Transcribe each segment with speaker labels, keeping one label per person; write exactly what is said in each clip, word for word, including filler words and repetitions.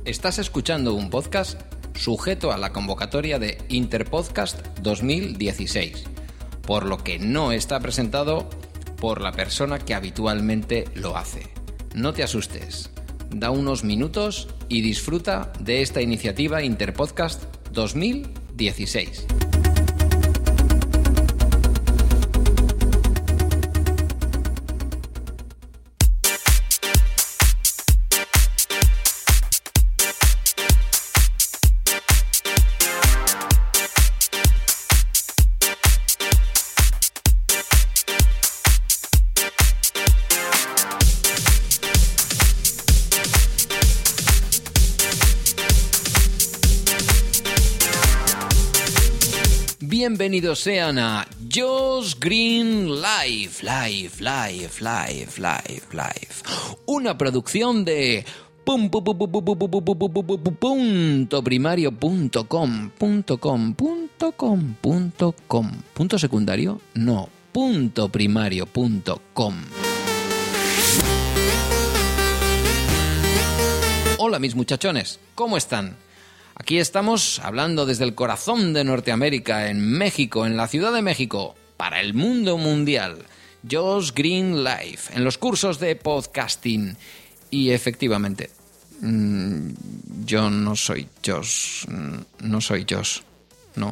Speaker 1: Estás escuchando un podcast sujeto a la convocatoria de Interpodcast dos mil dieciséis, por lo que no está presentado por la persona que habitualmente lo hace. No te asustes, da unos minutos y disfruta de esta iniciativa Interpodcast dos mil dieciséis. Bienvenidos sean a Josh Green Live, Live, Live, Live, Live, Live. Una producción de punto primario punto com, punto com, punto com, punto com. ¿Punto secundario? No, punto primario punto com. Hola mis muchachones, ¿cómo están? Aquí estamos hablando desde el corazón de Norteamérica, en México, en la Ciudad de México, para el mundo mundial. Josh Green Live, en los cursos de podcasting. Y efectivamente, mmm, yo no soy Josh, no soy Josh, no,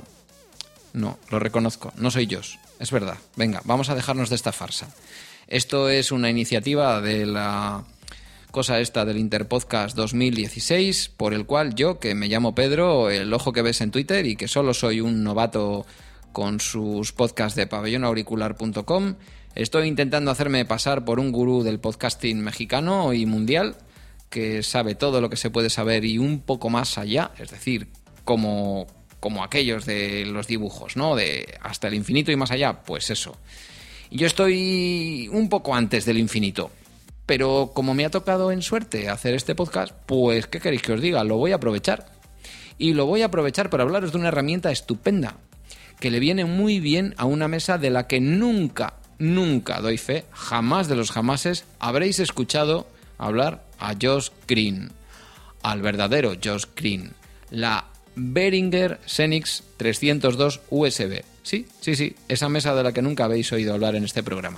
Speaker 1: no, lo reconozco, no soy Josh, es verdad. Venga, vamos a dejarnos de esta farsa. Esto es una iniciativa de la cosa esta del Interpodcast dos mil dieciséis, por el cual yo, que me llamo Pedro, el ojo que ves en Twitter, y que solo soy un novato con sus podcasts de pabellón auricular punto com, estoy intentando hacerme pasar por un gurú del podcasting mexicano y mundial, que sabe todo lo que se puede saber y un poco más allá, es decir, como, como aquellos de los dibujos, ¿no? De hasta el infinito y más allá, pues eso. Y yo estoy un poco antes del infinito. Pero como me ha tocado en suerte hacer este podcast, pues ¿qué queréis que os diga? Lo voy a aprovechar. Y lo voy a aprovechar para hablaros de una herramienta estupenda que le viene muy bien a una mesa de la que nunca, nunca doy fe, jamás de los jamases, habréis escuchado hablar a Josh Green, al verdadero Josh Green, la Behringer Xenix trescientos dos U S B. Sí, sí, sí, esa mesa de la que nunca habéis oído hablar en este programa.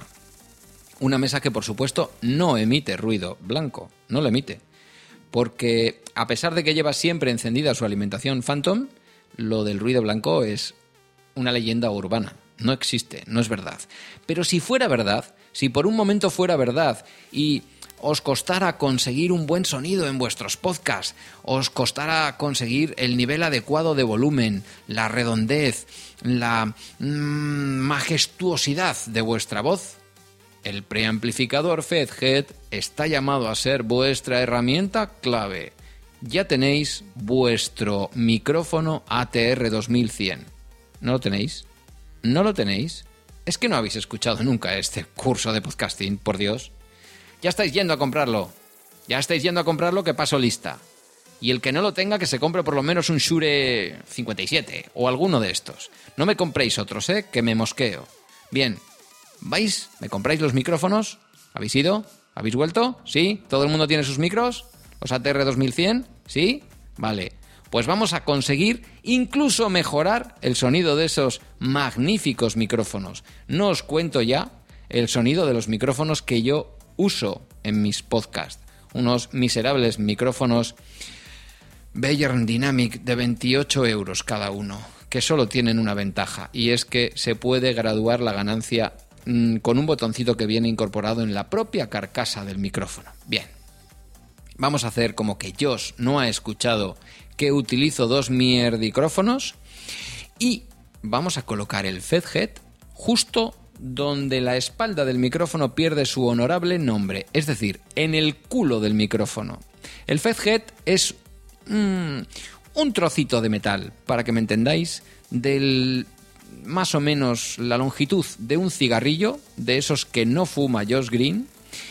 Speaker 1: Una mesa que, por supuesto, no emite ruido blanco, no lo emite, porque a pesar de que lleva siempre encendida su alimentación Phantom, lo del ruido blanco es una leyenda urbana, no existe, no es verdad. Pero si fuera verdad, si por un momento fuera verdad y os costara conseguir un buen sonido en vuestros podcasts, os costara conseguir el nivel adecuado de volumen, la redondez, la mmm, majestuosidad de vuestra voz, el preamplificador Feedhead está llamado a ser vuestra herramienta clave. Ya tenéis vuestro micrófono A T R dos mil cien. ¿No lo tenéis? ¿No lo tenéis? Es que no habéis escuchado nunca este curso de podcasting, por Dios. Ya estáis yendo a comprarlo. Ya estáis yendo a comprarlo, que paso lista. Y el que no lo tenga, que se compre por lo menos un Shure cincuenta y siete o alguno de estos. No me compréis otros, ¿eh? Que me mosqueo. Bien. ¿Vais? ¿Me compráis los micrófonos? ¿Habéis ido? ¿Habéis vuelto? ¿Sí? ¿Todo el mundo tiene sus micros? ¿Los A T R dos mil cien? ¿Sí? Vale. Pues vamos a conseguir incluso mejorar el sonido de esos magníficos micrófonos. No os cuento ya el sonido de los micrófonos que yo uso en mis podcasts. Unos miserables micrófonos Beyern Dynamic de veintiocho euros cada uno, que solo tienen una ventaja, y es que se puede graduar la ganancia con un botoncito que viene incorporado en la propia carcasa del micrófono. Bien, vamos a hacer como que Josh no ha escuchado que utilizo dos mierdicrófonos y vamos a colocar el Feedhead justo donde la espalda del micrófono pierde su honorable nombre, es decir, en el culo del micrófono. El Feedhead es mmm, un trocito de metal, para que me entendáis, del más o menos la longitud de un cigarrillo, de esos que no fuma Josh Green,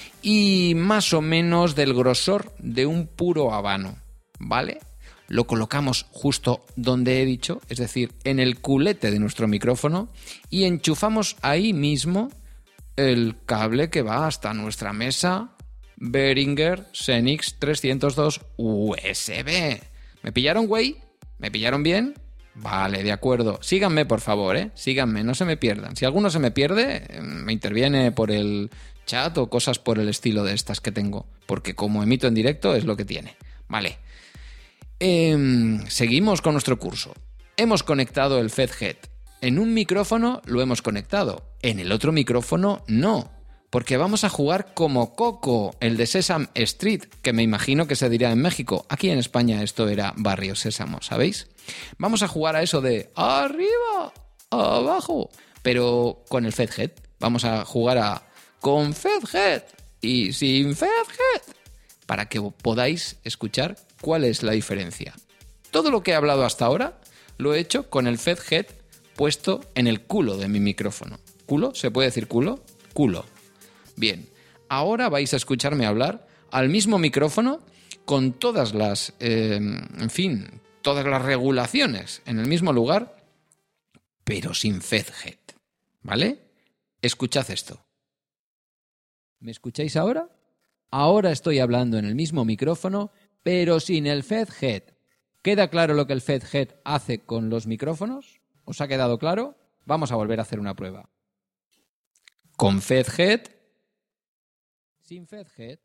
Speaker 1: y más o menos del grosor de un puro habano, ¿vale? Lo colocamos justo donde he dicho, es decir, en el culete de nuestro micrófono, y enchufamos ahí mismo el cable que va hasta nuestra mesa Behringer Xenix trescientos dos U S B. ¿Me pillaron, güey? ¿Me pillaron bien? Vale, de acuerdo. Síganme, por favor, ¿eh? Síganme, no se me pierdan. Si alguno se me pierde, me interviene por el chat o cosas por el estilo de estas que tengo, porque como emito en directo es lo que tiene. Vale. Eh, seguimos con nuestro curso. Hemos conectado el FedHead. En un micrófono lo hemos conectado, en el otro micrófono no, porque vamos a jugar como Coco, el de Sesame Street, que me imagino que se dirá en México. Aquí en España esto era Barrio Sésamo, ¿sabéis? Vamos a jugar a eso de arriba, abajo, pero con el FedHead. Vamos a jugar a con FedHead y sin FedHead, para que podáis escuchar cuál es la diferencia. Todo lo que he hablado hasta ahora lo he hecho con el FedHead puesto en el culo de mi micrófono. ¿Culo? ¿Se puede decir culo? Culo. Bien, ahora vais a escucharme hablar al mismo micrófono con todas las, eh, en fin, todas las regulaciones en el mismo lugar, pero sin FedHead, ¿vale? Escuchad esto. ¿Me escucháis ahora? Ahora estoy hablando en el mismo micrófono, pero sin el FedHead. ¿Queda claro lo que el FedHead hace con los micrófonos? ¿Os ha quedado claro? Vamos a volver a hacer una prueba. Con FedHead. Sin FedHead.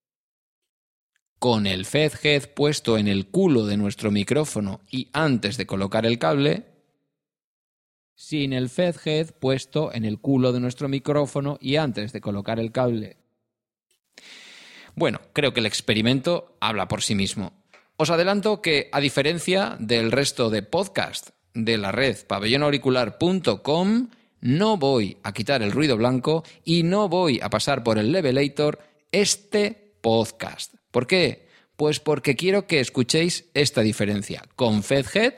Speaker 1: Con el FedHead puesto en el culo de nuestro micrófono y antes de colocar el cable. Sin el FedHead puesto en el culo de nuestro micrófono y antes de colocar el cable. Bueno, creo que el experimento habla por sí mismo. Os adelanto que, a diferencia del resto de podcast de la red pabellón auricular punto com, no voy a quitar el ruido blanco y no voy a pasar por el levelator este podcast. ¿Por qué? Pues porque quiero que escuchéis esta diferencia. Con FedHead,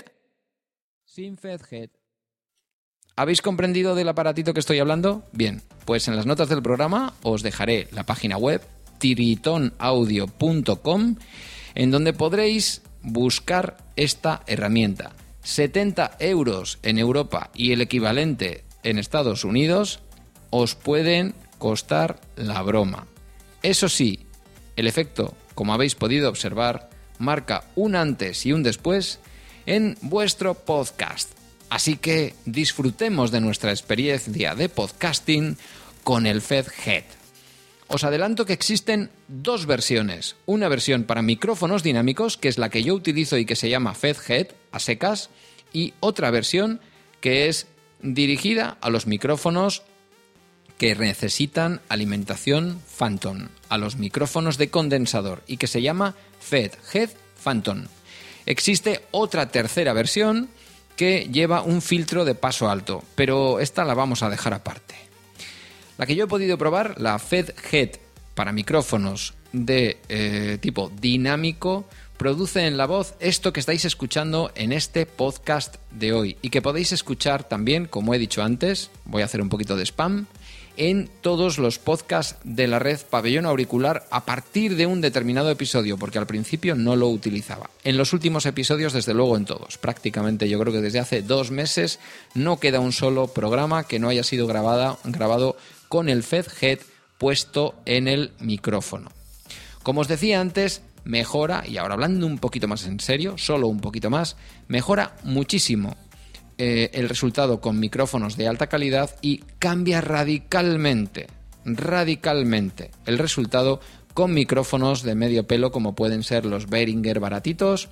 Speaker 1: sin FedHead. ¿Habéis comprendido del aparatito que estoy hablando? Bien, pues en las notas del programa os dejaré la página web tritón audio punto com, en donde podréis buscar esta herramienta. setenta euros en Europa y el equivalente en Estados Unidos os pueden costar la broma. Eso sí, el efecto, como habéis podido observar, marca un antes y un después en vuestro podcast. Así que disfrutemos de nuestra experiencia de podcasting con el FedHead. Os adelanto que existen dos versiones. Una versión para micrófonos dinámicos, que es la que yo utilizo y que se llama FedHead, a secas, y otra versión que es dirigida a los micrófonos que necesitan alimentación Phantom, a los micrófonos de condensador, y que se llama FedHead Phantom. Existe otra tercera versión que lleva un filtro de paso alto, pero esta la vamos a dejar aparte. La que yo he podido probar, la FedHead para micrófonos de eh, tipo dinámico, produce en la voz esto que estáis escuchando en este podcast de hoy y que podéis escuchar también, como he dicho antes, voy a hacer un poquito de spam, en todos los podcasts de la red Pabellón Auricular a partir de un determinado episodio, porque al principio no lo utilizaba. En los últimos episodios, desde luego, en todos. Prácticamente yo creo que desde hace dos meses no queda un solo programa que no haya sido grabada, grabado con el FedHead puesto en el micrófono. Como os decía antes, mejora, y ahora hablando un poquito más en serio, solo un poquito más, mejora muchísimo eh, el resultado con micrófonos de alta calidad y cambia radicalmente, radicalmente el resultado con micrófonos de medio pelo como pueden ser los Behringer baratitos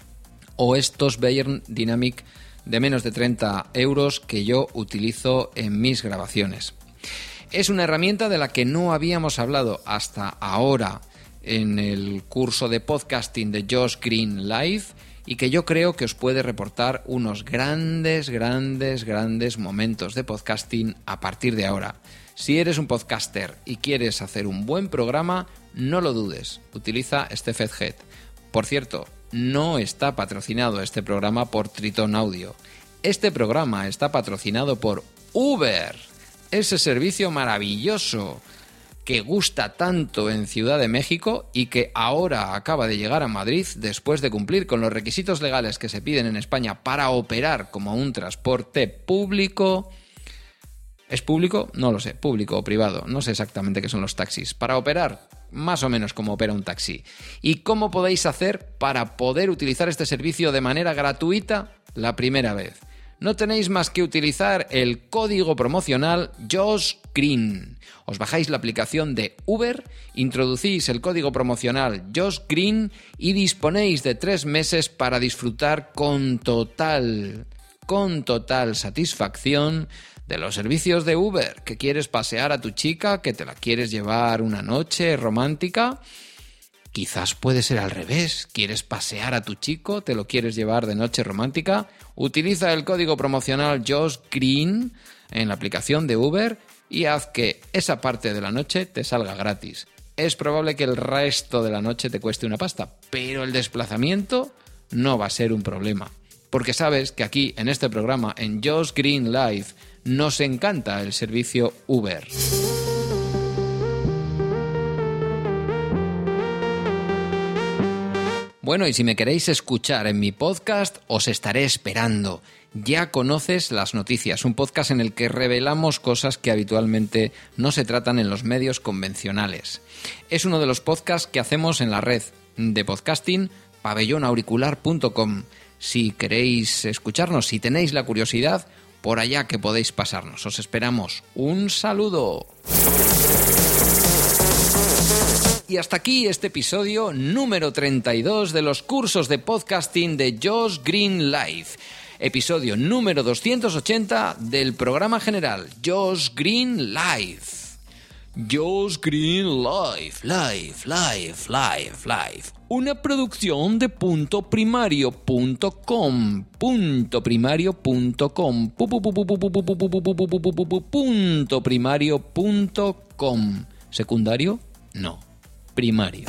Speaker 1: o estos Behringer Dynamic de menos de treinta euros que yo utilizo en mis grabaciones. Es una herramienta de la que no habíamos hablado hasta ahora en el curso de podcasting de Josh Green Live y que yo creo que os puede reportar unos grandes, grandes, grandes momentos de podcasting a partir de ahora. Si eres un podcaster y quieres hacer un buen programa, no lo dudes, utiliza este FedHead. Por cierto, no está patrocinado este programa por Tritón Audio. Este programa está patrocinado por Uber, ese servicio maravilloso que gusta tanto en Ciudad de México y que ahora acaba de llegar a Madrid después de cumplir con los requisitos legales que se piden en España para operar como un transporte público. ¿Es público? No lo sé, público o privado, no sé exactamente qué son los taxis. Para operar más o menos cómo opera un taxi. ¿Y cómo podéis hacer para poder utilizar este servicio de manera gratuita la primera vez? No tenéis más que utilizar el código promocional JoshGreen. Os bajáis la aplicación de Uber, introducís el código promocional JoshGreen y disponéis de tres meses para disfrutar con total, con total satisfacción de los servicios de Uber. ¿Que quieres pasear a tu chica? ¿Que te la quieres llevar una noche romántica? Quizás puede ser al revés. ¿Quieres pasear a tu chico? ¿Te lo quieres llevar de noche romántica? Utiliza el código promocional JoshGreen en la aplicación de Uber y haz que esa parte de la noche te salga gratis. Es probable que el resto de la noche te cueste una pasta, pero el desplazamiento no va a ser un problema. Porque sabes que aquí, en este programa, en Josh Green Live, nos encanta el servicio Uber. Bueno, y si me queréis escuchar en mi podcast, os estaré esperando. Ya conoces Las Noticias, un podcast en el que revelamos cosas que habitualmente no se tratan en los medios convencionales. Es uno de los podcasts que hacemos en la red de podcasting pabellón auricular punto com. Si queréis escucharnos, si tenéis la curiosidad, por allá que podéis pasarnos. Os esperamos. ¡Un saludo! Y hasta aquí este episodio número treinta y dos de los cursos de podcasting de Josh Green Live. Episodio número doscientos ochenta del programa general Josh Green Live. Josh Green Live, Live, Live, Live, Live. Una producción de punto primario punto com. punto primario punto com. punto primario punto com. ¿Secundario? No. Primario.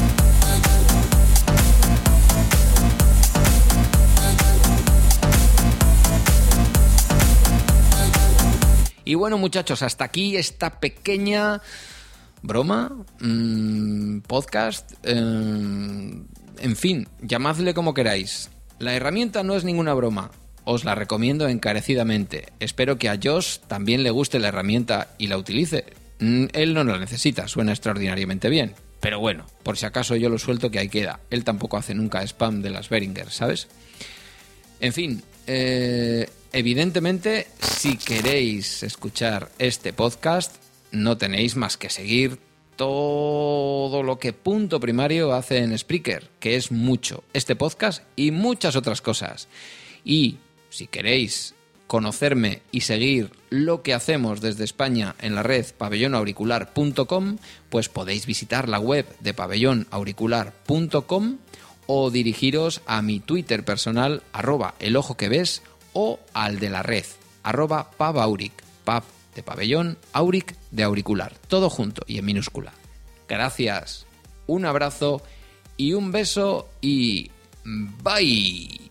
Speaker 1: Y bueno, muchachos, hasta aquí esta pequeña broma, mmm, podcast, eh, en fin, llamadle como queráis. La herramienta no es ninguna broma, os la recomiendo encarecidamente. Espero que a Josh también le guste la herramienta y la utilice. Él no la necesita, suena extraordinariamente bien. Pero bueno, por si acaso yo lo suelto, que ahí queda. Él tampoco hace nunca spam de las Behringer, ¿sabes? En fin, eh, evidentemente, si queréis escuchar este podcast, no tenéis más que seguir todo lo que Punto Primario hace en Spreaker, que es mucho. Este podcast y muchas otras cosas. Y si queréis conocerme y seguir lo que hacemos desde España en la red pabellón auricular punto com, pues podéis visitar la web de pabellón auricular punto com o dirigiros a mi Twitter personal, arroba el ojo que ves, o al de la red, arroba pabauric, pab de pabellón, auric de auricular, todo junto y en minúscula. Gracias, un abrazo y un beso y bye.